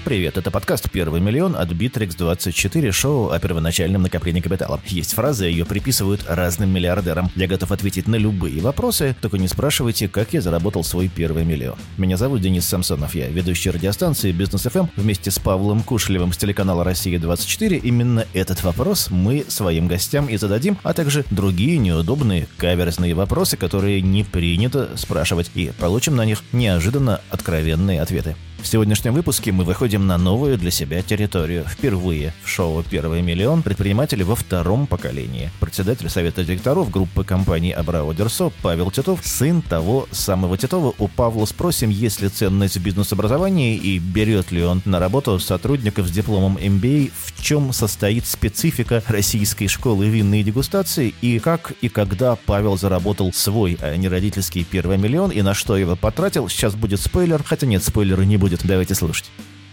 Привет, это подкаст «Первый миллион» от Bittrex24, шоу о первоначальном накоплении капитала. Есть фраза, ее приписывают разным миллиардерам. Я готов ответить на любые вопросы, только не спрашивайте, как я заработал свой первый миллион. Меня зовут Денис Самсонов, я ведущий радиостанции Бизнес ФМ. Вместе с Павлом Кушелевым с телеканала «Россия-24» именно этот вопрос мы своим гостям и зададим, а также другие неудобные, каверзные вопросы, которые не принято спрашивать, и получим на них неожиданно откровенные ответы. В сегодняшнем выпуске мы выходим на новую для себя территорию. Впервые в шоу «Первый миллион» предприниматели во втором поколении. Председатель совета директоров группы компаний Абрау Дюрсо Павел Титов, сын того самого Титова. У Павла спросим, есть ли ценность в бизнес-образовании и берет ли он на работу сотрудников с дипломом MBA, в чем состоит специфика российской школы винной дегустации и как и когда Павел заработал свой, а не родительский первый миллион и на что его потратил. Сейчас будет спойлер, хотя нет, спойлера не будет. Давайте слушать.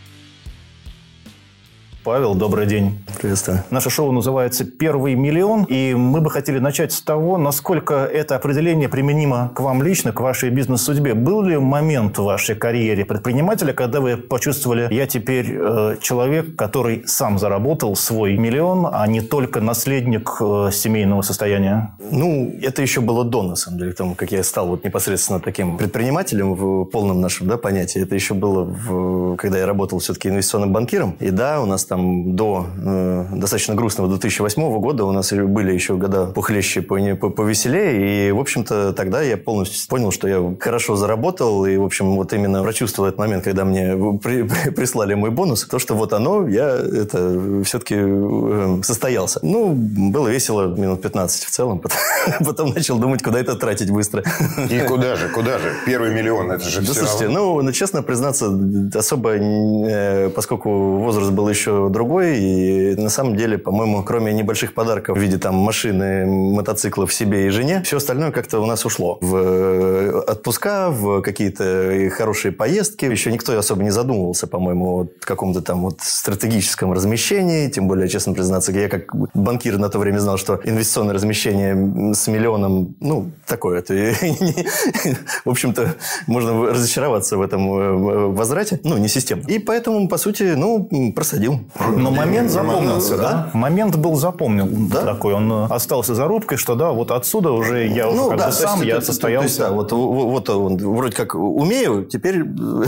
Павел, добрый день. Приветствую. Наше шоу называется «Первый миллион», и мы бы хотели начать с того, насколько это определение применимо к вам лично, к вашей бизнес-судьбе. Был ли момент в вашей карьере предпринимателя, когда вы почувствовали, я теперь человек, который сам заработал свой миллион, а не только наследник семейного состояния? Ну, это еще было до, на самом деле, тому, как я стал вот непосредственно таким предпринимателем в полном нашем понятии. Это еще было, когда я работал все-таки инвестиционным банкиром. И да, у нас там до достаточно грустного 2008 года у нас были еще года похлеще, повеселее. И, в общем-то, тогда я полностью понял, что я хорошо заработал. И, в общем, вот именно прочувствовал этот момент, когда мне прислали мой бонус. То, что вот оно, это все-таки состоялся. Ну, было весело минут 15 в целом. Потом начал думать, куда это тратить быстро. И куда же? Первый миллион, это же все слушайте, равно. Честно признаться, особо, поскольку возраст был еще другой, и на самом деле, по-моему, кроме небольших подарков в виде там машины, мотоциклов себе и жене, все остальное как-то у нас ушло в отпуска, в какие-то хорошие поездки. Еще никто особо не задумывался, по-моему, о каком-то там вот стратегическом размещении. Тем более, честно признаться, я как банкир на то время знал, что инвестиционное размещение с миллионом, такое. Это, в общем-то, можно разочароваться в этом возврате. Не системно. И поэтому, по сути, просадил. Но момент запомнился, да? Момент был запомнен такой. Он остался зарубкой, что вот отсюда уже я уже сам, я состоялся. Вот он вроде как умею, теперь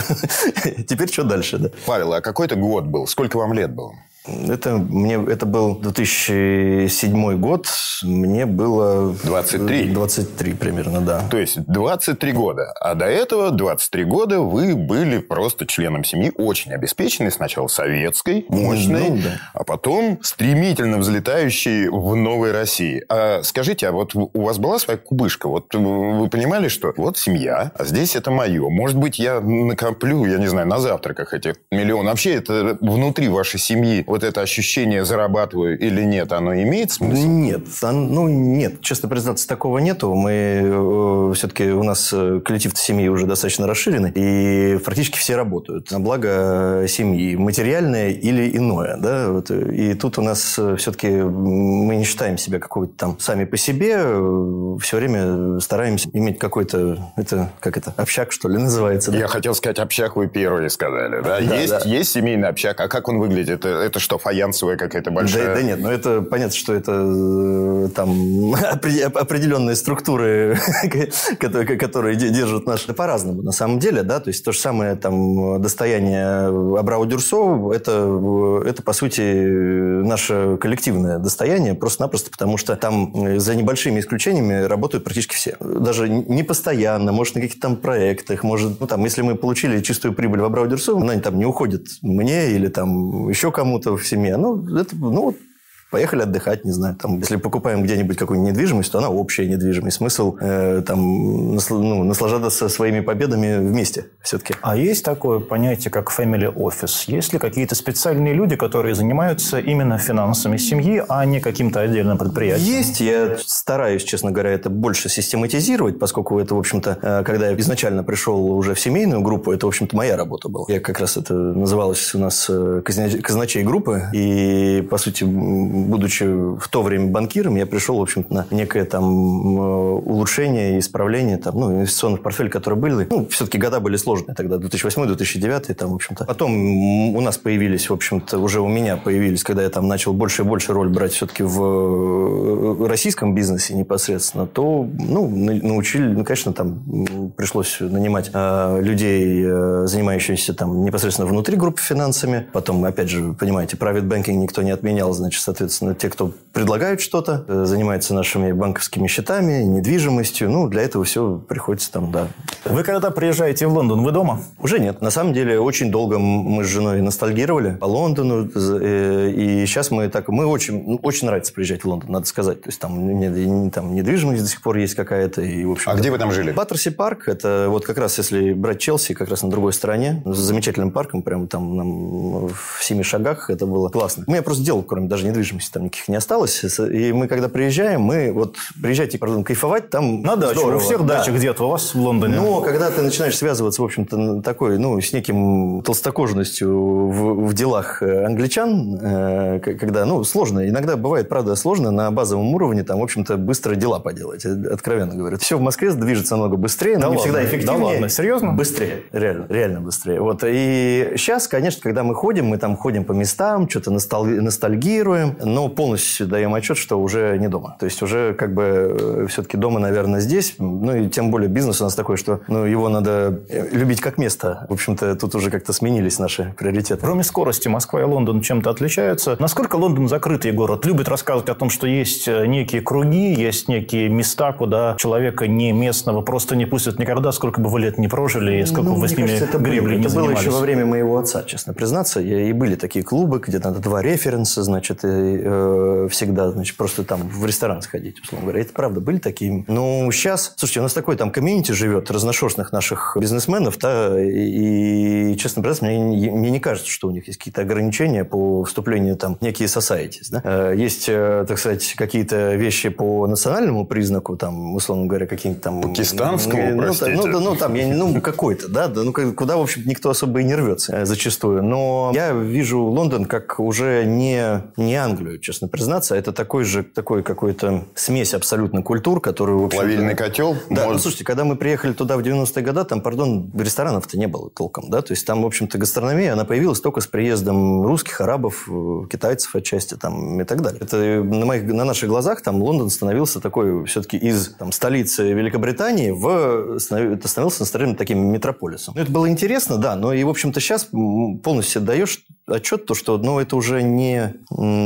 что дальше, да? Павел, а какой-то год был? Сколько вам лет было? Это был 2007 год, мне было... 23? 23 примерно, да. То есть 23 года. А до этого 23 года вы были просто членом семьи, очень обеспеченной, сначала советской, мощной, а потом стремительно взлетающей в новой России. А скажите, а вот у вас была своя кубышка? Вот вы понимали, что вот семья, а здесь это мое. Может быть, я накоплю, я не знаю, на завтраках эти миллионы. Вообще, это внутри вашей семьи вот это ощущение, зарабатываю или нет, оно имеет смысл? Нет. Честно признаться, такого нету. Мы все-таки, у нас коллектив семьи уже достаточно расширенный, и практически все работают на благо семьи, материальное или иное. Да? И тут у нас все-таки мы не считаем себя какой-то там сами по себе, все время стараемся иметь какой-то, общак, что ли, называется. Да? Я хотел сказать, общак вы первые сказали. Да? Есть семейный общак, а как он выглядит? Это что, фаянсовая какая-то большая? Да нет, это понятно, что это там определенные структуры, которые держат нас по-разному на самом деле, да, то есть то же самое там достояние Абрау Дюрсо, это по сути наше коллективное достояние, просто-напросто потому, что там за небольшими исключениями работают практически все. Даже не постоянно, может, на каких-то там проектах, может, если мы получили чистую прибыль в Абрау Дюрсо, она там не уходит мне или там еще кому-то в семье. Поехали отдыхать, не знаю. Там, если покупаем где-нибудь какую-нибудь недвижимость, то она общая недвижимость. Смысл наслаждаться своими победами вместе все-таки. А есть такое понятие, как family office? Есть ли какие-то специальные люди, которые занимаются именно финансами семьи, а не каким-то отдельным предприятием? Есть. Я стараюсь, честно говоря, это больше систематизировать, поскольку это, в общем-то, когда я изначально пришел уже в семейную группу, это, в общем-то, моя работа была. Я как раз это называлось у нас казначей группы. И, по сути, будучи в то время банкиром, я пришел, в общем-то, на некое там улучшение и исправление там, инвестиционных портфелей, которые были. Все-таки года были сложные тогда, 2008-2009, там, в общем-то. Потом у нас появились, в общем-то, уже у меня появились, когда я там начал больше и больше роль брать все-таки в российском бизнесе непосредственно, то, научили, конечно, там пришлось нанимать людей, занимающихся там непосредственно внутри группы финансами. Потом, опять же, вы понимаете, private banking никто не отменял, значит, соответственно, те, кто предлагают что-то, занимаются нашими банковскими счетами, недвижимостью, для этого все приходится там, да. Вы когда приезжаете в Лондон, вы дома? Уже нет. На самом деле, очень долго мы с женой ностальгировали по Лондону, и сейчас мы очень нравится приезжать в Лондон, надо сказать. То есть, там недвижимость до сих пор есть какая-то. И, в общем, где вы там жили? Баттерси парк, это вот как раз, если брать Челси, как раз на другой стороне, с замечательным парком, прямо там в 7 шагах, это было классно. У меня просто дел, кроме даже недвижимости, там никаких не осталось. И мы, когда приезжаем, приезжайте, кайфовать, там на дачу. Здорово. У всех дача где-то у вас в Лондоне. Но когда ты начинаешь связываться, в общем-то, такой, с неким толстокожностью в делах англичан, когда, сложно. Иногда бывает, правда, сложно на базовом уровне, там, в общем-то, быстро дела поделать, откровенно говоря. Все в Москве движется намного быстрее, но не всегда эффективнее. Да ладно, серьезно? Быстрее, реально быстрее. Вот. И сейчас, конечно, когда мы там ходим по местам, что-то ностальгируем, но полностью даем отчет, что уже не дома. То есть, уже как бы все-таки дома, наверное, здесь. И тем более бизнес у нас такой, что его надо любить как место. В общем-то, тут уже как-то сменились наши приоритеты. Кроме скорости, Москва и Лондон чем-то отличаются. Насколько Лондон закрытый город? Любит рассказывать о том, что есть некие круги, есть некие места, куда человека не местного просто не пустят никогда, сколько бы вы лет не прожили, и сколько бы вы с ними гребли не занимались. Это было еще во время моего отца, честно признаться. И были такие клубы, где надо 2 референса, значит, и всегда, значит, просто там в ресторан сходить, условно говоря. Это правда, были такие. Но сейчас, слушайте, у нас такой там комьюнити живет разношерстных наших бизнесменов, да, и, честно признаться, мне не кажется, что у них есть какие-то ограничения по вступлению там в некие societies, да. Есть, так сказать, какие-то вещи по национальному признаку, там, условно говоря, какие-то там... Пакистанскому, простите. Какой-то, да, куда, в общем, никто особо и не рвется зачастую. Но я вижу Лондон как уже не Англию, честно признаться. Это такой какой-то смесь абсолютно культур, которую... Плавильный котел? Да, слушайте, когда мы приехали туда в 90-е годы, там, ресторанов-то не было толком, да, то есть там, в общем-то, гастрономия, она появилась только с приездом русских, арабов, китайцев отчасти там и так далее. Это на наших глазах там Лондон становился такой все-таки из там, столицы Великобритании становился настоящим таким метрополисом. Это было интересно, да, но и, в общем-то, сейчас полностью отдаешь отчет, что это уже не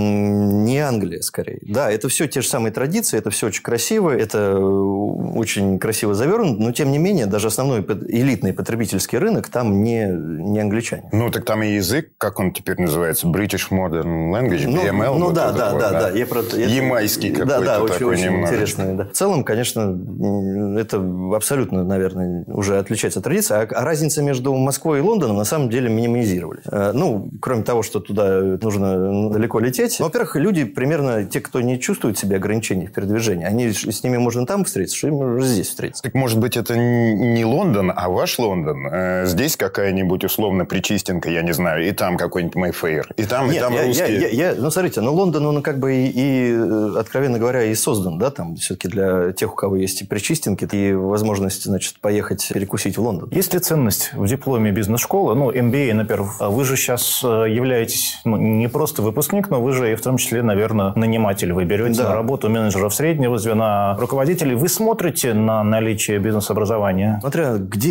Англия, скорее. Да, это все те же самые традиции, это все очень красиво, это очень красиво завернуто, но, тем не менее, даже основной элитный потребительский рынок там не англичане. Так там и язык, как он теперь называется, British Modern Language, BML. Да. Ямайский какой-то да, такой очень немножечко. интересный. Да. В целом, конечно, это абсолютно, наверное, уже отличается от традиции. А разница между Москвой и Лондоном на самом деле минимизировались. Кроме того, что туда нужно далеко лететь. Во-первых, люди примерно, те, кто не чувствует себя ограничений в передвижении, с ними можно там встретиться, что им можно здесь встретиться. Так, может быть, это не Лондон, а ваш Лондон? Здесь какая-нибудь условно Причистенка, я не знаю, и там какой-нибудь Mayfair, и там русские. Смотрите, Лондон, он как бы и, откровенно говоря, и создан, да, там все-таки для тех, у кого есть и Причистенки, и возможность, значит, поехать перекусить в Лондон. Есть ли ценность в дипломе бизнес-школы? MBA, например, вы же сейчас являетесь не просто выпускник, но вы же и в том числе, наверное, наниматель. Вы берете на работу менеджеров среднего звена, руководителей. Вы смотрите на наличие бизнес-образования? Смотря где.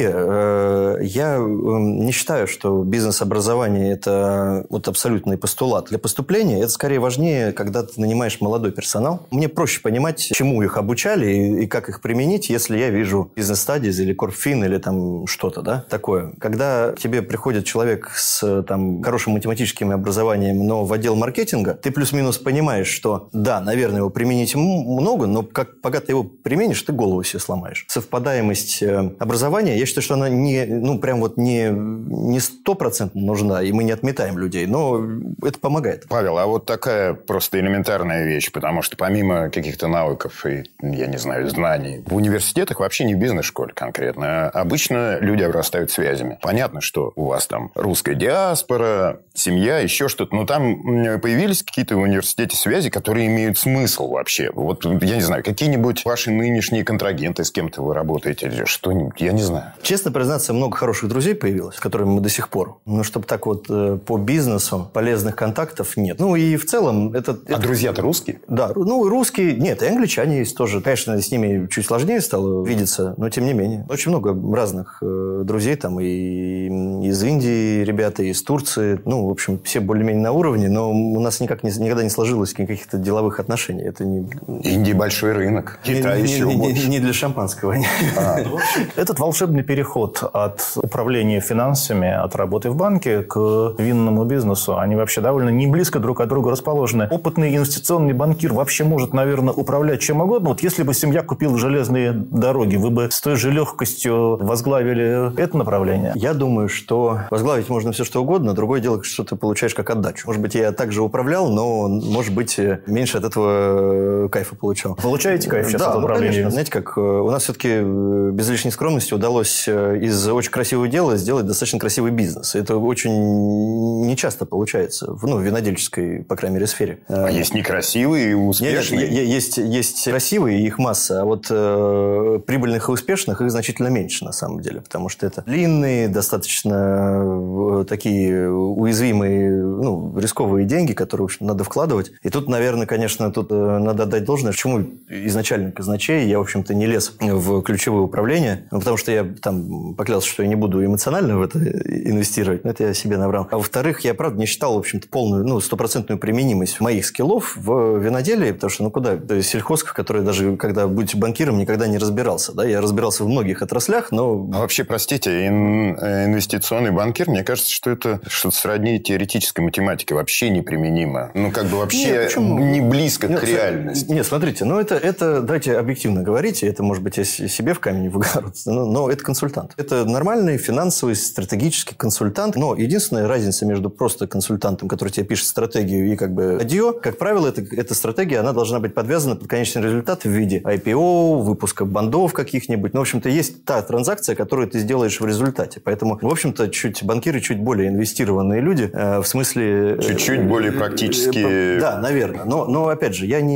Я не считаю, что бизнес-образование – это абсолютный постулат. Для поступления это скорее важнее, когда ты нанимаешь молодой персонал. Мне проще понимать, чему их обучали и как их применить, если я вижу бизнес-стадиз или корпфин или там что-то, да, такое. Когда к тебе приходит человек с там хорошим математическим образованием, но в отдел маркетинга, ты плюс-минус понимаешь, что да, наверное, его применить много, но пока ты его применишь, ты голову себе сломаешь. Совпадаемость образования, я считаю, что она не 100% нужна, и мы не отметаем людей, но это помогает. Павел, а вот такая просто элементарная вещь, потому что помимо каких-то навыков и, я не знаю, знаний, в университетах, вообще не в бизнес-школе конкретно, обычно люди обрастают связями. Понятно, что у вас там русская диаспора, семья, еще что-то. Но там появились какие-то в университете связи, которые имеют смысл вообще. Вот, я не знаю, какие-нибудь ваши нынешние контрагенты, с кем-то вы работаете или что-нибудь, я не знаю. Честно признаться, много хороших друзей появилось, с которыми мы до сих пор. Но чтобы так вот по бизнесу полезных контактов нет. Ну, и в целом это... А друзья-то русские? Да, ну, и русские. Нет, и англичане есть тоже. Конечно, с ними чуть сложнее стало видеться, но тем не менее. Очень много разных друзей там и из Индии ребята, и из Турции. Ну, в общем, все более-менее на уровне, но у нас никогда не сложилось каких-то деловых отношений. Это не... Индия большой рынок. Китай еще больше. Не для шампанского. Этот волшебный переход от управления финансами, от работы в банке к винному бизнесу, они вообще довольно не близко друг от друга расположены. Опытный инвестиционный банкир вообще может, наверное, управлять чем угодно. Вот если бы семья купила железные дороги, вы бы с той же легкостью возглавили это направление? Я думаю, что возглавить можно все что угодно. Другое дело, что ты получаешь как отдачу. Может быть, я также управлял, но, может быть, меньше от этого кайфа получал. Получаете кайф сейчас от управления? Конечно. Знаете, как у нас все-таки без лишней скромности удалось из очень красивого дела сделать достаточно красивый бизнес. Это очень нечасто получается в винодельческой, по крайней мере, сфере. А есть некрасивые и успешные? Есть красивые, их масса, а вот прибыльных и успешных их значительно меньше, на самом деле. Потому что это длинные, достаточно такие уязвимые, рисковые деньги, которые, в общем, надо вкладывать. И тут, наверное, конечно, надо отдать должное, почему изначально казначей я, в общем-то, не лез в ключевое управление, потому что я там поклялся, что я не буду эмоционально в это инвестировать, но это я себе набрал. А во-вторых, я, правда, не считал, в общем-то, полную, стопроцентную применимость моих скиллов в виноделии, потому что, куда? Сельхоз, в который даже, когда будучи банкиром, никогда не разбирался. Да? Я разбирался в многих отраслях, но... А вообще, простите, инвестиционный банкир, мне кажется, что это что-то сродни теоретической математике, вообще неприменимо. Вообще не близко к реальности. Нет, смотрите, это, давайте объективно говорить, это, может быть, я себе в камень в огород, но это консультант. Это нормальный финансовый стратегический консультант, но единственная разница между просто консультантом, который тебе пишет стратегию, и адьё, как правило, эта стратегия, она должна быть подвязана под конечный результат в виде IPO, выпуска бандов каких-нибудь. В общем-то, есть та транзакция, которую ты сделаешь в результате. Поэтому, в общем-то, банкиры чуть более инвестированные люди, в смысле... Чуть-чуть более практически... Да, наверное. Но опять же, я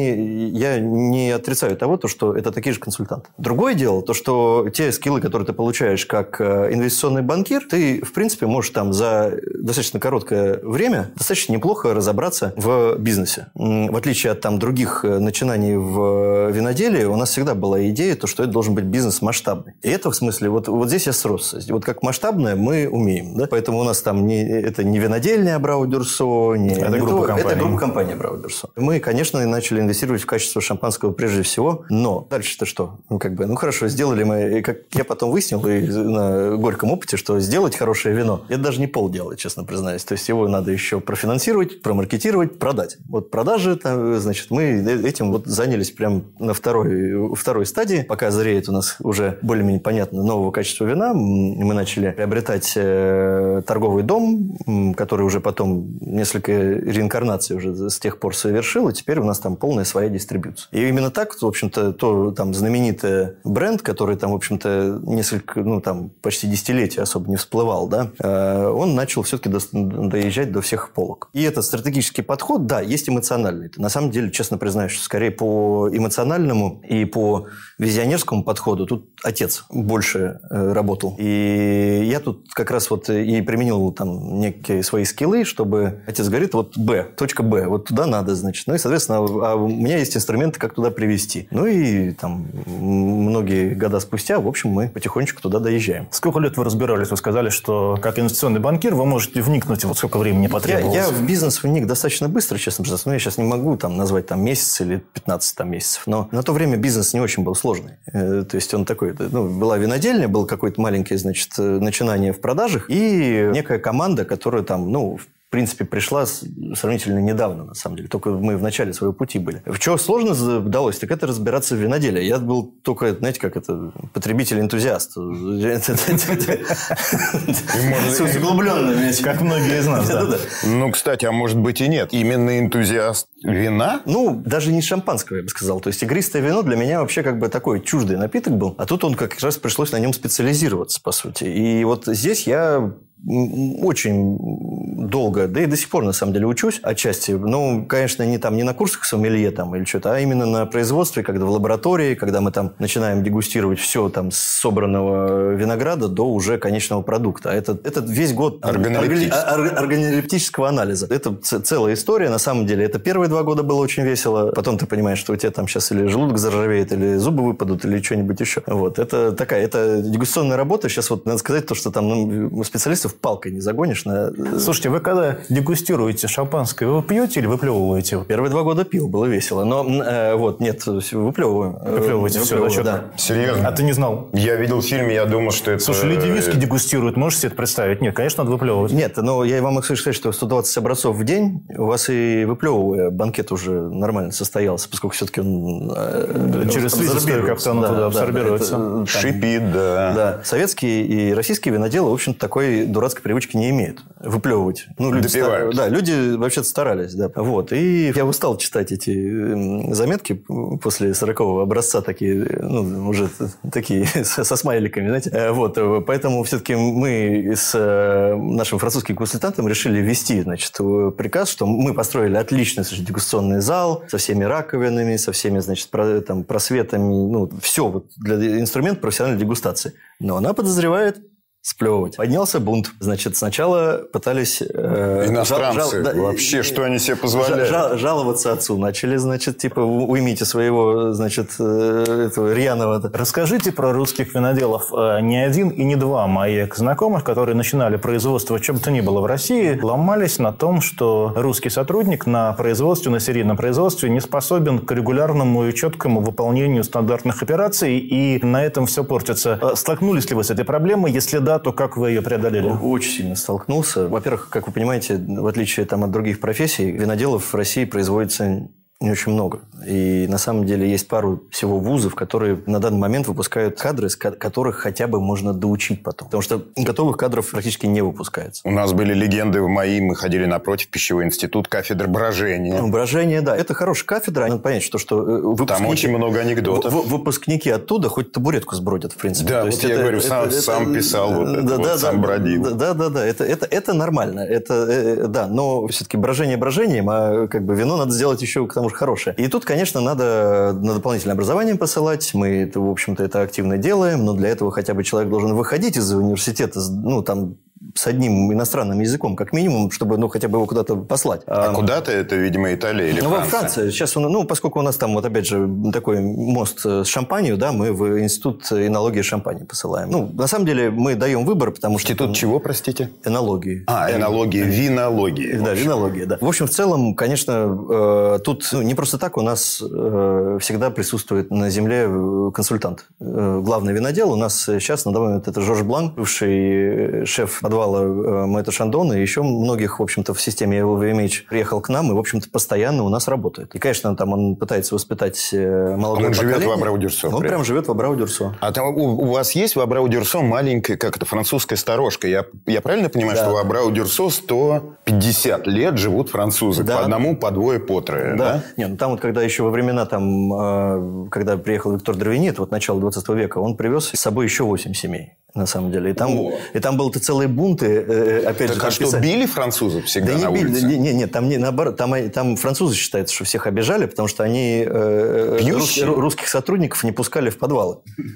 не отрицаю того, что это такие же консультанты. Другое дело, то, что те скиллы, которые ты получаешь как инвестиционный банкир, ты, в принципе, можешь там за достаточно короткое время достаточно неплохо разобраться в бизнесе. В отличие от других начинаний в виноделии, у нас всегда была идея, что это должен быть бизнес масштабный. И это, в смысле, вот здесь я сросся. Вот как масштабное мы умеем. Да? Поэтому у нас там это не винодельня Абрау Дюрсо, это группа компаний Абрау Дюрсо. Мы, конечно, начали инвестировать в качество шампанского прежде всего, но дальше-то что? Хорошо, сделали мы, как я потом выяснил на горьком опыте, что сделать хорошее вино, это даже не полдела, честно признаюсь. То есть, его надо еще профинансировать, промаркетировать, продать. Вот продажи, мы этим занялись прямо на второй стадии. Пока зреет у нас уже более-менее понятно нового качества вина, мы начали приобретать торговый дом, который уже потом несколько реинкарнаций уже с тех пор совершил, и теперь у нас там полная своя дистрибьюция. И именно так, в общем-то, знаменитый бренд, который в общем-то, несколько, почти десятилетия особо не всплывал, да, он начал все-таки доезжать до всех полок. И этот стратегический подход, да, есть эмоциональный. На самом деле, честно признаюсь, что скорее по эмоциональному и по визионерскому подходу тут отец больше работал. И я тут как раз и применил некие свои скиллы, чтобы отец говорит, точка Б, туда надо, значит. И, соответственно, у меня есть инструменты, как туда привести. И многие года спустя, в общем, мы потихонечку туда доезжаем. Сколько лет вы разбирались? Вы сказали, что как инвестиционный банкир вы можете вникнуть, сколько времени потребовалось? Я в бизнес вник достаточно быстро, честно признаться. Я сейчас не могу назвать месяц или 15 месяцев. Но на то время бизнес не очень был сложный. То есть, он такой... была винодельня, было какое-то маленькое, начинание в продажах и некая команда, которая в принципе, пришла сравнительно недавно, на самом деле. Только мы в начале своего пути были. В чем сложно удалось, так это разбираться в виноделии. Я был только, знаете, как это, потребитель-энтузиаст. С углубленным. Как многие из нас, да. Кстати, а может быть и нет. Именно энтузиаст вина? Даже не шампанского, я бы сказал. То есть, игристое вино для меня вообще такой чуждый напиток был. А тут он как раз пришлось на нем специализироваться, по сути. И здесь я очень долго, да и до сих пор, на самом деле, учусь отчасти. Ну, конечно, не на курсах сомелье там или что-то, а именно на производстве, когда в лаборатории, когда мы там начинаем дегустировать все там с собранного винограда до уже конечного продукта. Это весь год органолептического анализа. Это целая история, на самом деле. Это первые 2 года было очень весело. Потом ты понимаешь, что у тебя там сейчас или желудок заржавеет, или зубы выпадут, или что-нибудь еще. Вот. Это дегустационная работа. Сейчас вот надо сказать то, что там специалистов палкой не загонишь. Слушайте, вы когда дегустируете шампанское, вы пьете или выплевываете? Первые 2 года пил, было весело. Но нет, выплевываю. Выплевываете все, да. Серьезно? А ты не знал? Я видел в фильме, я думал, что это... Слушай, люди виски дегустируют, можешь себе это представить? Нет, конечно, надо выплевывать. Нет, но я вам могу сказать, что 120 образцов в день у вас и выплевывая, банкет уже нормально состоялся, поскольку все-таки он... Через слизистую как-то оно туда абсорбируется. Шипит, да. Да. Советские и российские виноделы, в общем, такой дурацкой привычки не имеют. Выплевывать. Допивают. Да, люди вообще-то старались. Да. Вот. И я устал читать эти заметки после 40-го образца, такие, уже такие со смайликами, знаете. Вот. Поэтому все-таки мы с нашим французским консультантом решили ввести, значит, приказ, что мы построили отличный, значит, дегустационный зал со всеми раковинами, со всеми, значит, просветами, все вот для инструмента профессиональной дегустации. Но она подозревает сплевывать. Поднялся бунт. Значит, сначала пытались... Иностранцы. Вообще, что они себе позволяют? Жаловаться отцу. Начали, значит, типа, уймите своего, значит, этого рьяного. Расскажите про русских виноделов. Не один и не два моих знакомых, которые начинали производство чем бы то ни было в России, ломались на том, что русский сотрудник на производстве, на серийном производстве не способен к регулярному и четкому выполнению стандартных операций, и на этом все портится. Столкнулись ли вы с этой проблемой? Если да, то как вы ее преодолели? Очень сильно столкнулся. Во-первых, как вы понимаете, в отличие от других профессий, виноделов в России производится не очень много. И на самом деле есть пару всего вузов, которые на данный момент выпускают кадры, с которых хотя бы можно доучить потом. Потому что готовых кадров практически не выпускается. У нас были легенды в МАИ, мы ходили напротив пищевой институт, кафедра брожения. Брожение, да. Это хорошая кафедра. Надо понять, что выпускники... Там очень много анекдотов. Выпускники оттуда хоть табуретку сбродят, в принципе. Да, вот я говорю, сам писал сам бродил. Да. Это нормально. Да, но все-таки брожение брожением, а как бы вино надо сделать еще к тому же хорошее. И тут, конечно, надо на дополнительное образование посылать. Мы, в общем-то, это активно делаем, но для этого хотя бы человек должен выходить из университета, с одним иностранным языком, как минимум, чтобы, хотя бы его куда-то послать. А куда-то это, видимо, Италия или Франция? Во Франции. Сейчас, поскольку у нас там, опять же, такой мост с Шампанью, да, мы в Институт энологии Шампани посылаем. На самом деле, мы даем выбор, потому что... Институт чего, простите? Энологии. Энологии, винологии. Да, винология, да. В общем, в целом, конечно, тут не просто так у нас всегда присутствует на земле консультант. Главный винодел у нас сейчас, на данный момент, это Жорж Блан, бывший шеф подвала Моэта Шандона, и еще многих, в общем-то, в системе LVMH приехал к нам и, в общем-то, постоянно у нас работает. И, конечно, там он пытается воспитать молодое поколение. Он живет в Абрау-Дюрсо? Он прям живет в Абрау-Дюрсо. А там у вас есть в Абрау-Дюрсо маленькая, французская сторожка? Я правильно понимаю, что в Абрау-Дюрсо 150 лет живут французы? Да. По одному, по двое, по трое, да? Нет, там когда еще во времена, когда приехал Виктор Д'Равиньи, это начало 20 века, он привез с собой еще 8 семей. На самом деле. И там были целые бунты. Опять так, что били французов всегда на улице? Нет, там наоборот. Там французы считаются, что всех обижали, потому что они русских сотрудников не пускали в подвалы.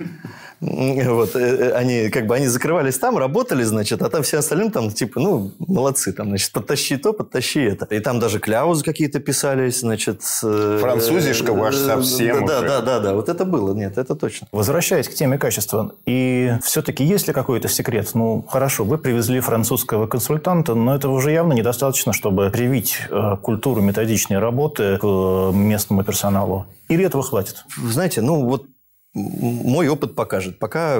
Вот. Они закрывались там, работали, значит, а там все остальные молодцы. Там, значит, подтащи то, подтащи это. И там даже кляузы какие-то писались, значит... Французишка ваш совсем Да. Вот это было. Нет, это точно. Возвращаясь к теме качества. И все-таки есть ли какой-то секрет? Хорошо, вы привезли французского консультанта, но этого уже явно недостаточно, чтобы привить культуру методичной работы к местному персоналу. Или этого хватит? Знаете, мой опыт покажет. Пока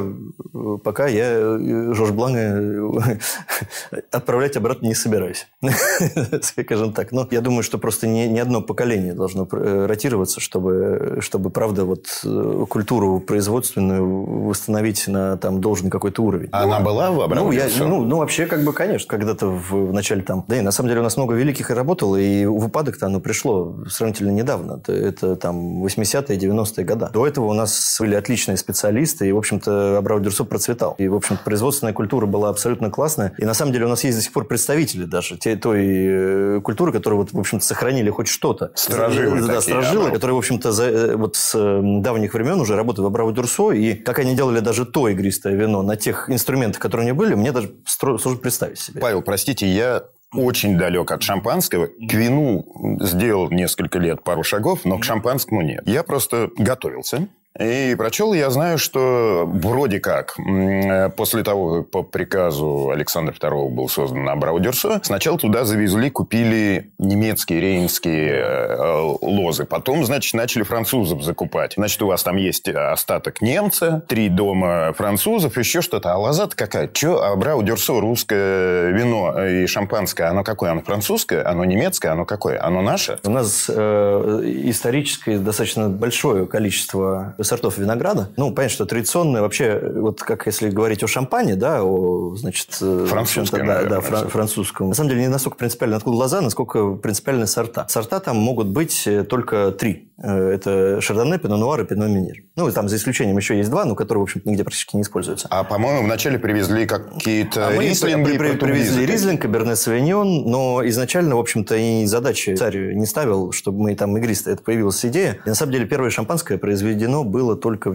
я Жорж Блана отправлять обратно не собираюсь. Скажем так. Но я думаю, что просто не одно поколение должно ротироваться, чтобы правда, культуру производственную восстановить на должный какой-то уровень. А она была в Абрау-Дюрсо? Вообще, конечно, когда-то в начале там... Да и на самом деле у нас много великих и работало, и в упадок-то оно пришло сравнительно недавно. Это 80-е, 90-е годы. До этого у нас были отличные специалисты, и, в общем-то, Абрау Дюрсо процветал. И, в общем-то, производственная культура была абсолютно классная. И, на самом деле, у нас есть до сих пор представители даже той культуры, которые, вот, в общем-то, сохранили хоть что-то. Сторожилы да, такие. сторожилы, которые, в общем-то, вот с давних времен уже работают в Абрау Дюрсо, и как они делали даже то игристое вино на тех инструментах, которые у них были, мне даже сложно представить себе. Павел, простите, я очень далек от шампанского. К вину сделал несколько лет пару шагов, но к шампанскому нет. Я просто готовился. И прочел, я знаю, что вроде как после того, как по приказу Александра II был создан Абрау Дюрсо, сначала туда завезли, купили немецкие, рейнские лозы. Потом, значит, начали французов закупать. Значит, у вас там есть остаток немца, 3 дома французов, еще что-то. А лоза-то какая? Че, Абрау Дюрсо, русское вино и шампанское, оно какое? Оно французское? Оно немецкое? Оно какое? Оно наше? У нас исторически достаточно большое количество сортов винограда. Ну, понятно, что традиционное вообще, вот как если говорить о шампане, да, о, значит... Французском. Да, французском. На самом деле, не настолько принципиально, откуда лоза, насколько принципиальны сорта. Сорта там могут быть только 3. Это шардоне, пино нуар и пино менир. Ну, там за исключением еще есть 2, но которые, в общем-то, нигде практически не используются. А, по-моему, вначале привезли какие-то рислинги. Мы привезли рислинг, каберне савиньон, но изначально, в общем-то, и задачи царь не ставил, чтобы мы там игристые. Это появилась идея. И, на самом деле, первое шампанское произведено было только в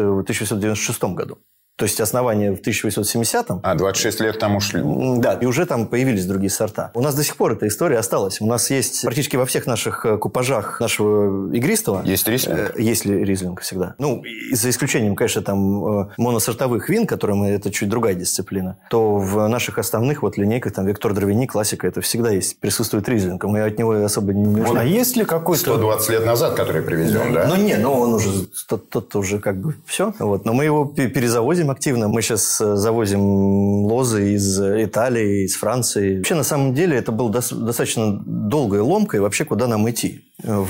1896 году. То есть, основание в 1870-м. 26 лет там ушли. Да, и уже там появились другие сорта. У нас до сих пор эта история осталась. У нас есть практически во всех наших купажах нашего игристого... Есть рислинг? Есть ли рислинг всегда. Ну, и за исключением, конечно, там моносортовых вин, которые это чуть другая дисциплина, то в наших основных вот линейках, там, Виктор Дровини, классика, это всегда есть, присутствует рислинг. Мы от него особо не ушли. А есть ли какой-то... 120 лет назад, который привезен, да? Ну, он уже... Тот уже как бы все. Вот. Но мы его перезавозим активно. Мы сейчас завозим лозы из Италии, из Франции. Вообще, на самом деле, это было достаточно долгой ломкой вообще, куда нам идти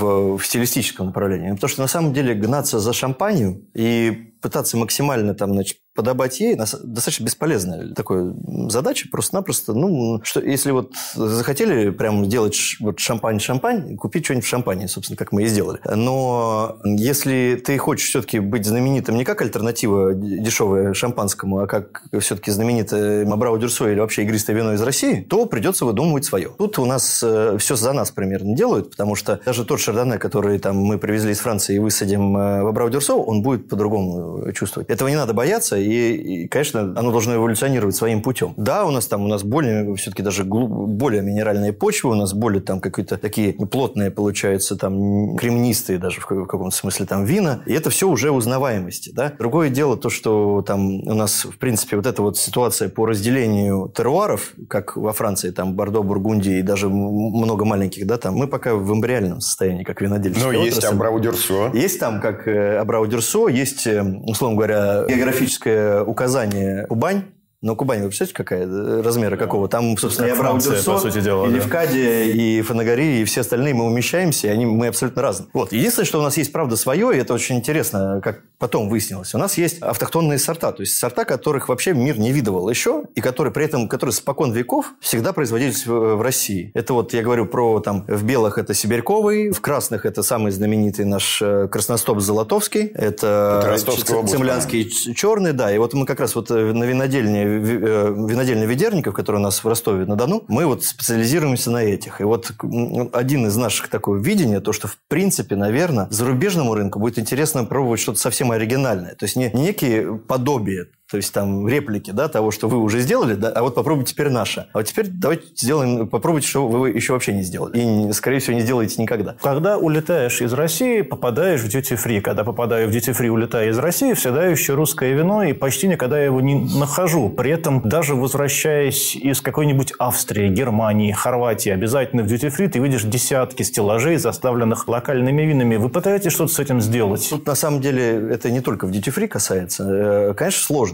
в стилистическом направлении. Потому что, на самом деле, гнаться за шампанью и пытаться максимально там, значит, подобать ей достаточно бесполезная такая задача. Просто-напросто, ну, что, если вот захотели прям делать вот шампань, купить что-нибудь в шампане, собственно, как мы и сделали. Но если ты хочешь все-таки быть знаменитым не как альтернатива дешевая шампанскому, а как все-таки знаменитое Абрау Дюрсо или вообще игристое вино из России, то придется выдумывать свое. Тут у нас все за нас примерно делают, потому что даже тот шардоне, который там мы привезли из Франции и высадим в Абрау Дюрсо, он будет по-другому чувствовать. Этого не надо бояться, и, конечно, оно должно эволюционировать своим путем. Да, у нас более, все-таки даже более минеральные почвы, у нас более там какие-то такие плотные, получаются, там, кремнистые даже в каком-то смысле там вина, и это все уже узнаваемости, да. Другое дело то, что там у нас, в принципе, вот эта вот ситуация по разделению теруаров, как во Франции, там, Бордо, Бургундия и даже много маленьких, да, там, мы пока в эмбриальном состоянии, как винодельческая отрасль. Есть Абрау Дюрсо. Есть там, как Абрау Дюрсо, есть, условно говоря, географическое указание Кубань. Но Кубань, вы представляете, какая размера какого? Там, собственно, и Абрау Дюрсо, по сути дела, и Левкадия, и Фанагари, и все остальные мы умещаемся, и мы абсолютно разные. Вот. Единственное, что у нас есть, правда, свое, и это очень интересно, как потом выяснилось. У нас есть автохтонные сорта, то есть сорта, которых вообще мир не видывал еще, и которые при этом, которые спокон веков всегда производились в России. Это вот я говорю про, там, в белых это сибирьковый, в красных это самый знаменитый наш красностоп Золотовский, это цемлянский черный, да, и вот мы как раз вот на винодельне винодельня Ведерников, которая у нас в Ростове-на-Дону, мы вот специализируемся на этих. И вот один из наших такого видения, то, что в принципе, наверное, зарубежному рынку будет интересно пробовать что-то совсем оригинальное. То есть не некие подобия, то есть там реплики, да, того, что вы уже сделали, да, а вот попробуйте теперь наше. А вот теперь давайте попробуйте, что вы еще вообще не сделали. И, скорее всего, не сделаете никогда. Когда улетаешь из России, попадаешь в дьюти-фри. Когда попадаю в дьюти-фри, улетаю из России, всегда ищу русское вино, и почти никогда я его не нахожу. При этом, даже возвращаясь из какой-нибудь Австрии, Германии, Хорватии, обязательно в дьюти-фри ты видишь десятки стеллажей, заставленных локальными винами. Вы пытаетесь что-то с этим сделать? Тут, на самом деле, это не только в дьюти-фри касается. Конечно, сложно.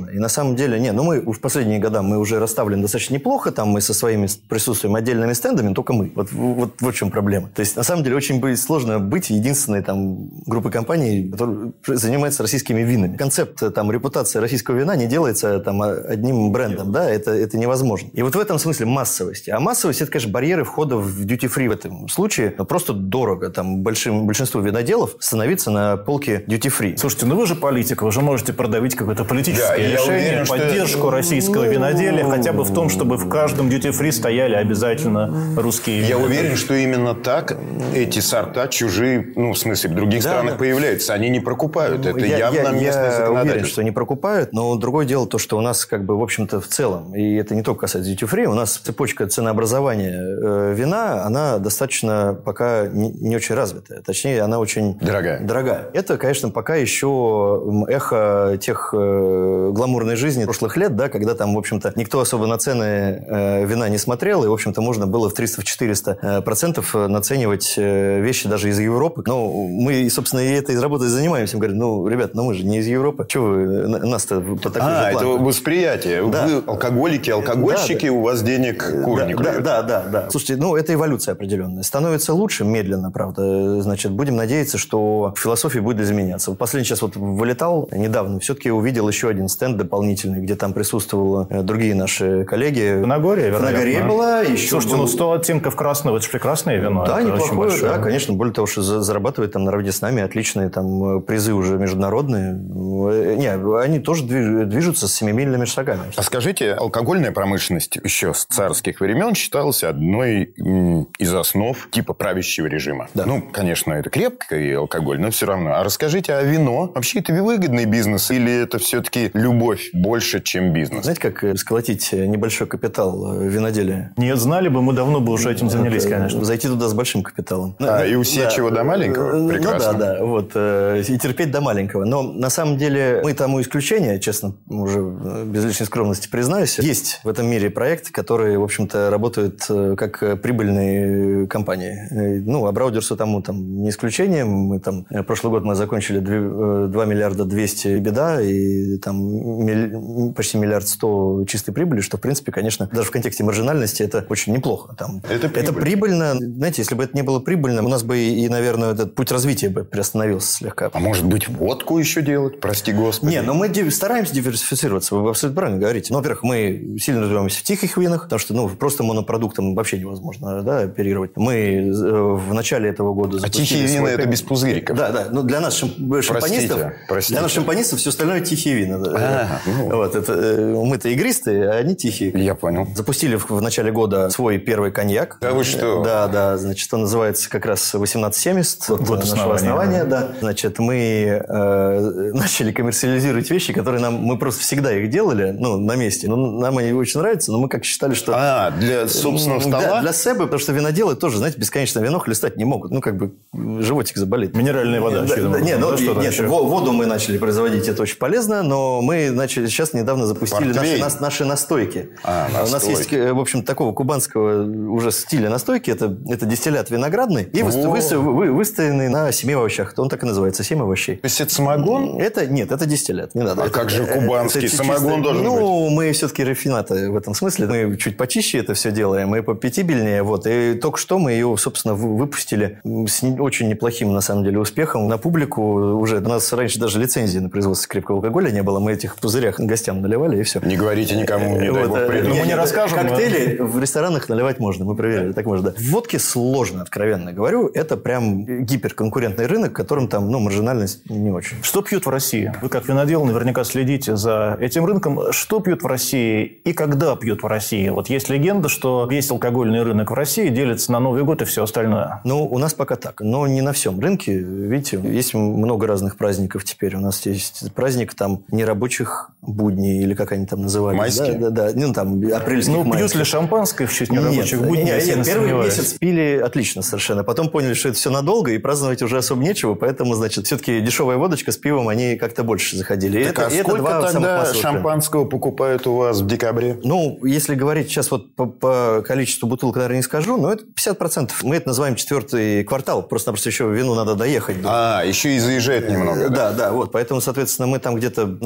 возможно. И на самом деле, мы в последние годы мы уже расставлены достаточно неплохо, там мы со своими присутствуем отдельными стендами, но только мы. Вот в чем проблема. То есть, на самом деле, очень будет сложно быть единственной там группой компаний, которая занимается российскими винами. Концепт там репутации российского вина не делается там одним брендом, да, это невозможно. И вот в этом смысле массовости. А массовость – это, конечно, барьеры входа в duty-free в этом случае. Просто дорого там большинству виноделов становиться на полке duty-free. Слушайте, вы же политик, вы же можете продавить какое-то политическое решение, поддержку российского виноделия, хотя бы в том, чтобы в каждом duty-free стояли обязательно русские вина. Я уверен, что именно так эти сорта чужие, в смысле, в других странах появляются. Они не прокупают. Это явно местное законодательство. Я уверен, что не прокупают, но другое дело то, что у нас в общем-то, в целом, и это не только касается duty-free, у нас цепочка ценообразования вина, она достаточно пока не очень развитая. Точнее, она очень дорогая. Это, конечно, пока еще эхо тех гламурной жизни прошлых лет, да, когда там, в общем-то, никто особо на цены вина не смотрел, и, в общем-то, можно было в 300-400% наценивать вещи даже из Европы. Но мы, собственно, и этой работой занимаемся. Мы говорим, ребят, мы же не из Европы. Чего вы нас-то по такой же план? Это восприятие. Да. Вы алкоголики, алкогольщики, у вас денег куры не клюют. Да. Слушайте, это эволюция определенная. Становится лучше, медленно, правда. Значит, будем надеяться, что философия будет изменяться. Последний час вылетал недавно, все-таки увидел еще один стенд дополнительный, где там присутствовали другие наши коллеги. Фанагория, вероятно. Фанагория была. Еще слушайте, 100 оттенков красного, это же прекрасное вино. Да, неплохое, да, конечно. Более того, что зарабатывает там наравне с нами отличные там призы уже международные. Они тоже движутся семимильными шагами. А скажите, алкогольная промышленность еще с царских времен считалась одной из основ типа правящего режима. Да. Конечно, это крепкий алкоголь, но все равно. А расскажите, а вино? Вообще это выгодный бизнес или это все-таки любовь больше, чем бизнес? Знаете, как сколотить небольшой капитал виноделия? Нет, знали бы, мы давно бы уже этим занялись, конечно. Зайти туда с большим капиталом. И усечь его до маленького? Прекрасно. И терпеть до маленького. Но на самом деле мы тому исключение, честно, уже без лишней скромности признаюсь. Есть в этом мире проекты, которые, в общем-то, работают как прибыльные компании. А Браудерсу тому не исключением. Мы прошлый год мы закончили 2 миллиарда 200 беда и почти 1 миллиард 100 чистой прибыли, что, в принципе, конечно, даже в контексте маржинальности это очень неплохо. Это прибыльно. Знаете, если бы это не было прибыльно, у нас бы и, наверное, этот путь развития бы приостановился слегка. А может быть, водку еще делать? Прости господи. Но мы стараемся диверсифицироваться. Вы абсолютно правильно говорите. Во-первых, мы сильно развиваемся в тихих винах, потому что просто монопродуктом вообще невозможно оперировать. Мы в начале этого года запустили... А тихие вина – это без пузыриков? Да. Для нас шампанистов... Простите. Для нас шампанистов все остальное тихие вина. Мы-то игристые, а они тихие. Я понял. Запустили в начале года свой первый коньяк. Да вы что? Да. Значит, он называется как раз 1870. Год нашего основания. Да. Значит, мы начали коммерциализировать вещи, которые мы просто всегда их делали, на месте. Нам они очень нравятся, но мы как считали, что... Для собственного стола? Да, для себя, потому что виноделы тоже, знаете, бесконечно вино хлестать не могут. Животик заболит. Минеральная вода. Нет, воду мы начали производить, это очень полезно, но мы сейчас недавно запустили наши настойки. У нас есть, в общем, такого кубанского уже стиля настойки, это дистиллят виноградный и выстоянный на 7 овощах. Он так и называется, 7 овощей. То есть это самогон? Нет, это дистиллят, не надо. А как же кубанский самогон должен быть? Мы все-таки рафинаты в этом смысле. Мы чуть почище это все делаем, мы попятибельнее. И только что мы ее, собственно, выпустили с очень неплохим, на самом деле, успехом на публику. Уже у нас раньше даже лицензии на производство крепкого алкоголя не было. Мы этих в пузырях гостям наливали, и все. Не говорите никому, не дай бог придумать. Мы не расскажем. Коктейли в ресторанах наливать можно, мы проверили, так можно. В водке сложно, откровенно говорю. Это прям гиперконкурентный рынок, которым маржинальность не очень. Что пьют в России? Вы, как винодел, наверняка следите за этим рынком. Что пьют в России и когда пьют в России? Есть легенда, что весь алкогольный рынок в России делится на Новый год и все остальное. У нас пока так. Но не на всем рынке. Видите, есть много разных праздников теперь. У нас есть праздник нерабочих будней, или как они там назывались. Майские? Да. Апрельских, майских. Пьют ли шампанское в честь нерабочих будней? Нет, первый месяц пили отлично совершенно. Потом поняли, что это все надолго, и праздновать уже особо нечего. Поэтому, все-таки дешевая водочка с пивом, они как-то больше заходили. Сколько тогда шампанского покупают у вас в декабре? Если говорить сейчас по количеству бутылок, наверное, не скажу, но это 50%. Мы это называем 4-й квартал. Просто-напросто еще вину надо доехать. Еще и заезжает немного. Да. Поэтому, соответственно, мы там где-то начало октября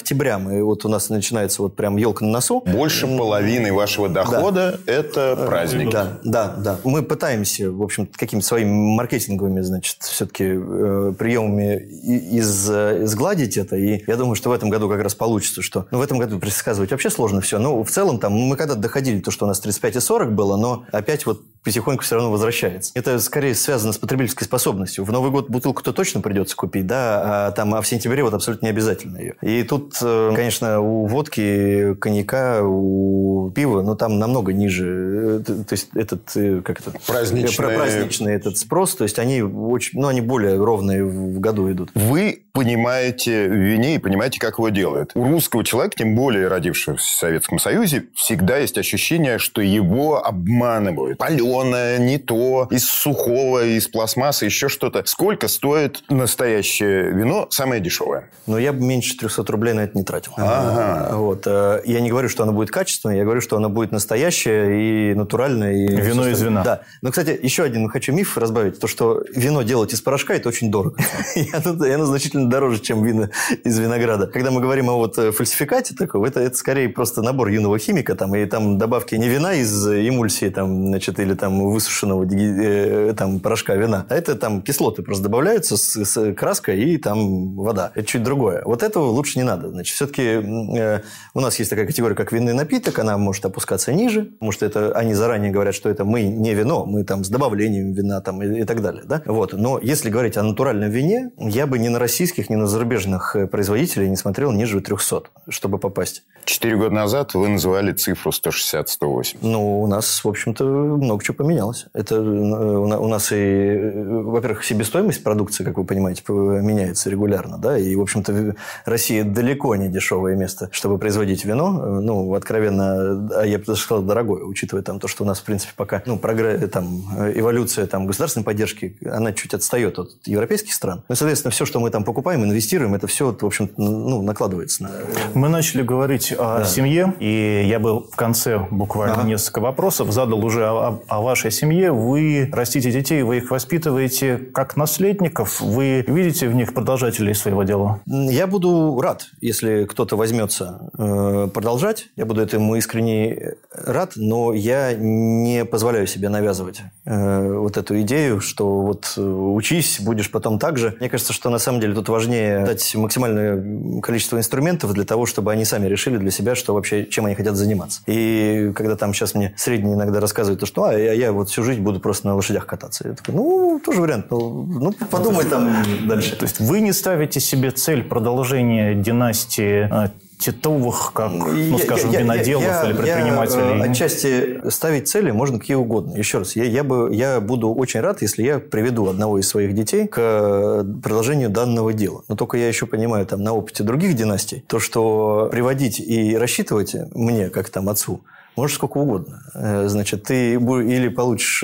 октября вот у нас начинается вот прям елка на носу. Больше половины вашего дохода – это праздники. Да. Мы пытаемся, в общем, какими-то своими маркетинговыми, значит, все-таки приемами изгладить это. И я думаю, что в этом году как раз получится, что... в этом году предсказывать вообще сложно все. Но в целом там мы когда-то доходили то, что у нас 35 и 40 было, но опять вот потихоньку все равно возвращается. Это скорее связано с потребительской способностью. В Новый год бутылку-то точно придется купить, да, а в сентябре вот абсолютно не обязательно ее. И тут, конечно, у водки, коньяка, у пива, но там намного ниже. То есть этот, праздничный этот спрос, то есть они очень, они более ровные в году идут. Вы понимаете в вине и понимаете, как его делают. У русского человека, тем более родившегося в Советском Союзе, всегда есть ощущение, что его обманывают. Паленое, не то, из сухого, из пластмассы, еще что-то. Сколько стоит настоящее вино, самое дешевое? Я бы меньше 300 рублей на это не тратил. Ага. Вот. Я не говорю, что оно будет качественное, я говорю, что оно будет настоящее и натуральное. И вино из вина. Да. Но, кстати, еще один хочу миф разбавить. То, что вино делать из порошка, это очень дорого. И оно значительно дороже, чем вино из винограда. Когда мы говорим о фальсификате такого, это скорее просто набор юного химика, и там добавки не вина из эмульсии, или высушенного порошка вина, а это кислоты просто добавляются с краской и вода. Это чуть другое. Вот этого лучше не надо. Значит, все-таки у нас есть такая категория, как винный напиток, она может опускаться ниже, потому что это они заранее говорят, что это мы не вино, мы с добавлением вина и так далее. Да? Вот. Но если говорить о натуральном вине, я бы ни на российских, ни на зарубежных производителей не смотрел ниже 300, чтобы попасть. 4 года назад вы называли цифру 160-180. У нас, в общем-то, много чего поменялось. Это у нас и, во-первых, себестоимость продукции, как вы понимаете, меняется регулярно, да, и, в общем-то, Россия далеко не дешевое место, чтобы производить вино, откровенно, я бы даже сказал, дорогое, учитывая то, что у нас, в принципе, пока, эволюция государственной поддержки, она чуть отстает от европейских стран. Соответственно, все, что мы покупаем, инвестируем, это все, в общем, накладывается на... Мы начали говорить о семье, и я бы в конце буквально несколько вопросов задал уже о вашей семье. Вы растите детей, вы их воспитываете как наследников, вы видите в них продолжателей своего дела? Я буду рад, если кто-то возьмется продолжать. Я буду этому искренне рад, но я не позволяю себе навязывать эту идею, что учись, будешь потом так же. Мне кажется, что на самом деле тут важнее дать максимальное количество инструментов для того, чтобы они сами решили для себя, что вообще, чем они хотят заниматься. И когда сейчас мне средние иногда рассказывают, что я всю жизнь буду просто на лошадях кататься. Я такой, тоже вариант. Подумай дальше. То есть вы не ставите себе цель продолжения династии Титовых, как, скажем, виноделов или предпринимателей? Отчасти ставить цели можно какие угодно. Еще раз, я буду очень рад, если я приведу одного из своих детей к продолжению данного дела. Но только я еще понимаю на опыте других династий, то, что приводить и рассчитывать мне, как отцу, можешь сколько угодно. Значит, ты или получишь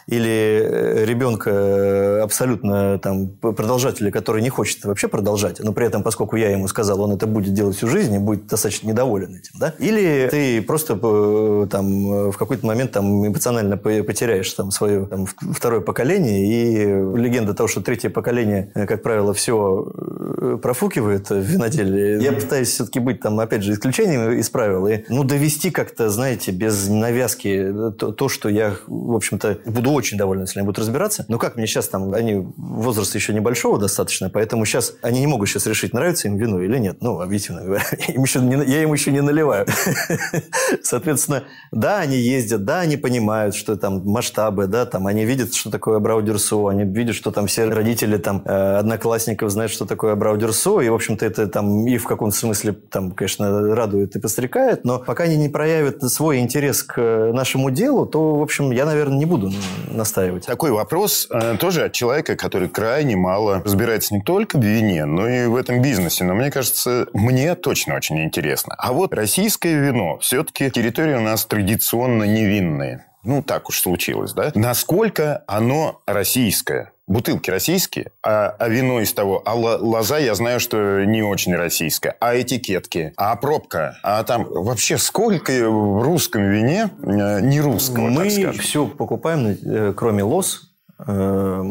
ребенка абсолютно продолжателя, который не хочет вообще продолжать, но при этом, поскольку я ему сказал, он это будет делать всю жизнь и будет достаточно недоволен этим. Да? Или ты просто в какой-то момент эмоционально потеряешь свое второе поколение, и легенда того, что третье поколение, как правило, все профукивает в виноделии. Я пытаюсь все-таки быть опять же, исключением из правил и довести как-то, знаете, без навязки то, что я, в общем-то, буду очень доволен, если они будут разбираться. Но как мне сейчас они возраста еще небольшого достаточно, поэтому сейчас они не могут сейчас решить, нравится им вино или нет. Объективно говоря, я им еще не наливаю. Соответственно, да, они ездят, да, они понимают, что масштабы, да, они видят, что такое Абрау-Дюрсо, они видят, что все родители одноклассников знают, что такое Абрау-Дюрсо, и, в общем-то, это и в каком-то смысле, конечно, радует и подстрекает, но пока они не проявят свой интерес к нашему делу, то, в общем, я, наверное, не буду настаивать. Такой вопрос тоже от человека, который крайне мало разбирается не только в вине, но и в этом бизнесе. Но мне кажется, мне точно очень интересно. А российское вино, все-таки территория у нас традиционно невинная. Так уж случилось, да? Насколько оно российское? Бутылки российские, а вино из того. А лоза, я знаю, что не очень российская. А этикетки, а пробка. А вообще сколько в русском вине не русского, мы так скажем? все покупаем, кроме лоз.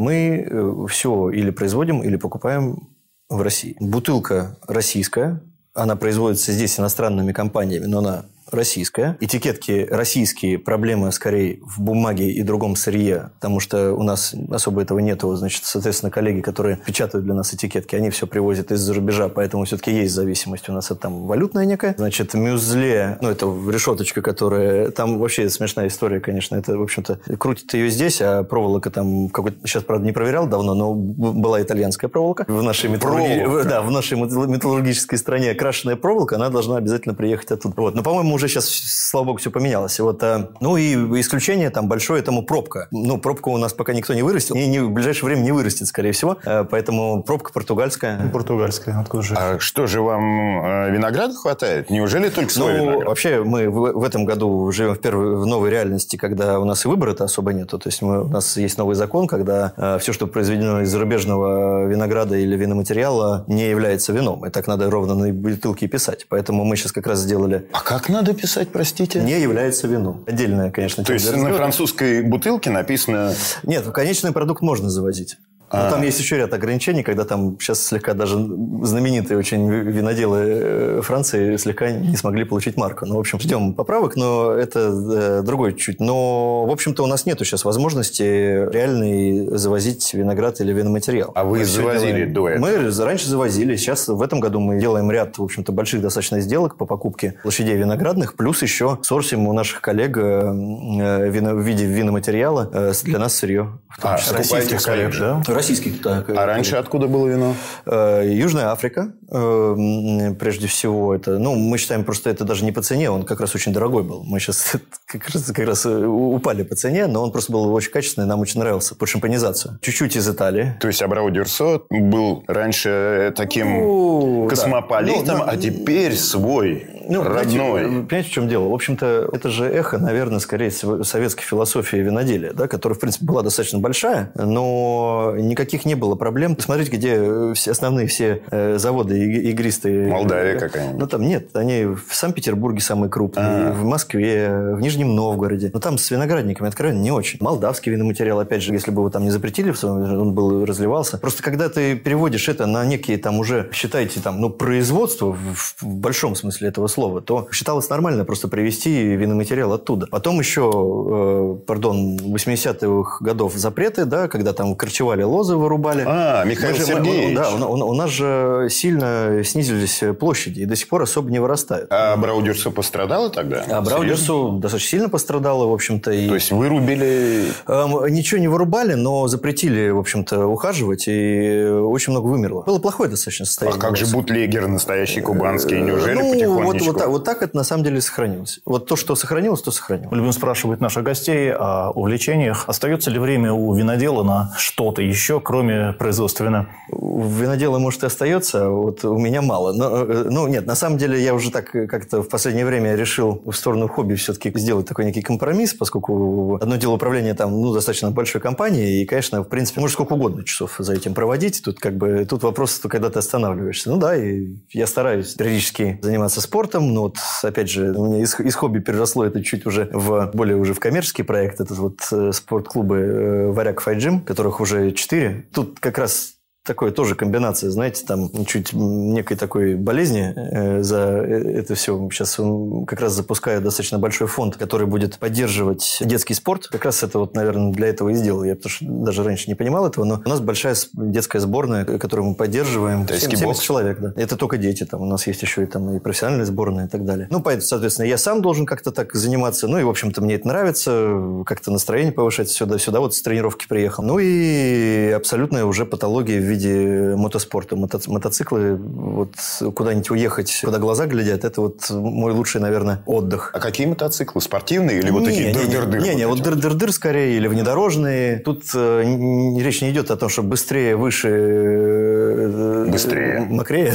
Мы все или производим, или покупаем в России. Бутылка российская. она производится здесь иностранными компаниями, но она российская. Этикетки российские, проблемы скорее в бумаге и другом сырье, потому что у нас особо этого нету. Значит, соответственно, коллеги, которые печатают для нас этикетки, они все привозят из-за рубежа, поэтому все-таки есть зависимость у нас от там валютная некая. Значит, мюзле, это решеточка, которая... Там вообще смешная история, конечно. Это, в общем-то, крутит ее здесь, а проволока там... Сейчас, правда, не проверял давно, но была итальянская проволока. В нашей металлургической стране окрашенная проволока, она должна обязательно приехать оттуда. Вот. Но, по-моему, уже сейчас, слава богу, все поменялось. И исключение там большое этому пробка. Пробку у нас пока никто не вырастил. И в ближайшее время не вырастет, скорее всего. Поэтому пробка португальская. Португальская, откуда же? А что же вам винограда хватает? Неужели только свой виноград? Вообще, мы в этом году живем в новой реальности, когда у нас и выбора-то особо нету. То есть, у нас есть новый закон, когда все, что произведено из зарубежного винограда или виноматериала, не является вином. И так надо ровно на бутылке писать. Поэтому мы сейчас как раз сделали... А как надо писать, простите? Не является вином. Отдельная, конечно. То есть, на французской бутылке написано... Нет, конечный продукт можно завозить. Но там есть еще ряд ограничений, когда там сейчас слегка даже знаменитые очень виноделы Франции слегка не смогли получить марку. В общем, ждем поправок, но это другой чуть. Но, в общем-то, у нас нету сейчас возможности реальной завозить виноград или виноматериал. А вы завозили до этого? Мы раньше завозили. Сейчас в этом году мы делаем ряд, в общем-то, больших достаточно сделок по покупке площадей виноградных, плюс еще сорсим у наших коллег в виде виноматериала для нас сырье. Российских коллег, да? Российских, да. А раньше откуда было вино? Южная Африка, прежде всего. Это, мы считаем, просто это даже не по цене, он как раз очень дорогой был. Мы сейчас как раз упали по цене, но он просто был очень качественный, нам очень нравился, под шампанизацию. Чуть-чуть из Италии. То есть, Абрау Дюрсо был раньше таким космополитом, да. А теперь свой, родной. Понимаете, в чем дело? В общем-то, это же эхо, наверное, скорее советской философии виноделия, да, которая, в принципе, была достаточно большая, но никаких не было проблем. Посмотрите, где основные все заводы игристые. Молдавия какая-нибудь. Там нет. Они в Санкт-Петербурге самые крупные, в Москве, в Нижнем Новгороде. Но там с виноградниками, откровенно, не очень. Молдавский виноматериал, опять же, если бы его там не запретили, он был разливался. Просто когда ты переводишь это на некие там уже, считайте, производство в большом смысле этого слова, то считалось нормально просто привезти виноматериал оттуда. Потом еще, 80-х годов запреты, да, когда там корчевали лозы, вырубали. Михаил Сергеевич. У нас же сильно снизились площади и до сих пор особо не вырастают. А Абрау Дюрсо пострадало тогда? Абрау Дюрсо достаточно сильно пострадало, в общем-то. То есть, вырубили? Ничего не вырубали, но запретили, в общем-то, ухаживать, и очень много вымерло. Было плохое достаточно состояние. А как же бутлегер настоящий кубанский? Неужели потихонечку? Вот так это на самом деле сохранилось. Вот то, что сохранилось, то сохранилось. Мы любим спрашивать наших гостей о увлечениях. Остается ли время у винодела на что-то еще, кроме производства вина? У винодела, может, и остается, а вот у меня мало. Но, нет, на самом деле я уже так как-то в последнее время решил в сторону хобби все-таки сделать такой некий компромисс, поскольку одно дело управление там, достаточно большой компанией, и, конечно, в принципе, можно сколько угодно часов за этим проводить. Тут вопрос, когда ты останавливаешься. И я стараюсь периодически заниматься спортом, но вот, опять же, у меня из хобби переросло это чуть уже более в коммерческий проект. Это спортклубы «Варяг Fight Gym», которых уже 4. Тут как раз такое тоже комбинация, знаете, там чуть некой такой болезни за это все. Сейчас как раз запускаю достаточно большой фонд, который будет поддерживать детский спорт. Как раз это наверное, для этого и сделал. Я потому что даже раньше не понимал этого, но у нас большая детская сборная, которую мы поддерживаем. 70 человек, да. Это только дети. Там у нас есть еще и профессиональная сборная и так далее. Поэтому, соответственно, я сам должен как-то так заниматься. И, в общем-то, мне это нравится. Как-то настроение повышать сюда вот с тренировки приехал. И абсолютная уже патология в виде мотоспорта. Мотоциклы, куда-нибудь уехать, куда глаза глядят, это мой лучший, наверное, отдых. А какие мотоциклы? Спортивные или такие дыр-дыр-дыр? Не, дыр-дыр-дыр скорее, или внедорожные. Тут речь не идет о том, что быстрее, выше... Быстрее. Мокрее.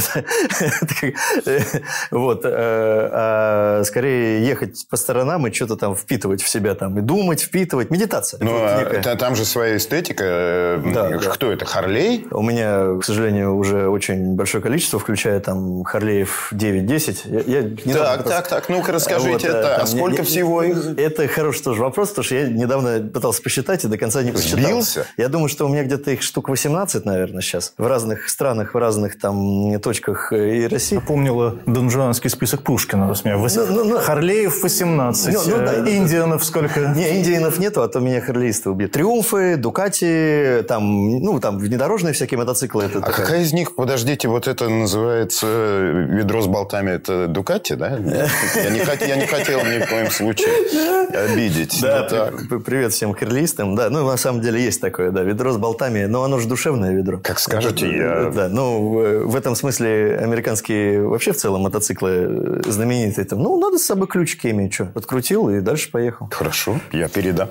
А скорее ехать по сторонам и что-то там впитывать в себя, и думать, впитывать. Медитация. Но там же своя эстетика. Кто это? Харлей? У меня, к сожалению, уже очень большое количество, включая там Харлеев 9-10. Так, ну-ка расскажите, сколько всего их? Это хороший тоже вопрос, потому что я недавно пытался посчитать и до конца не посчитал. Сбился? Я думаю, что у меня где-то их штук 18, наверное, сейчас. В разных странах, в разных там точках и России. Напомнила донжуанский список Пушкина. Харлеев 18. Индианов сколько? Не, индианов нету, а то меня харлеисты убьют. Триумфы, Дукати, там внедорожные всякие мотоциклы. Какая из них, подождите, вот это называется ведро с болтами, это Дукати, да? Я не хотел ни в коем случае обидеть. Да, привет всем харлеистам. Да, на самом деле есть такое, да, ведро с болтами, но оно же душевное ведро. Как скажете, Да, в этом смысле американские вообще в целом мотоциклы знаменитые. Там, надо с собой ключики иметь, что? Подкрутил и дальше поехал. Хорошо, я передам.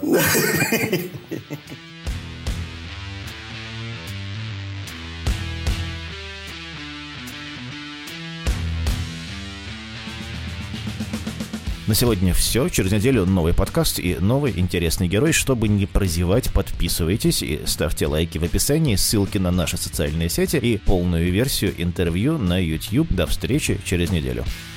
На сегодня все. Через неделю новый подкаст и новый интересный герой. Чтобы не прозевать, подписывайтесь и ставьте лайки в описании, ссылки на наши социальные сети и полную версию интервью на YouTube. До встречи через неделю.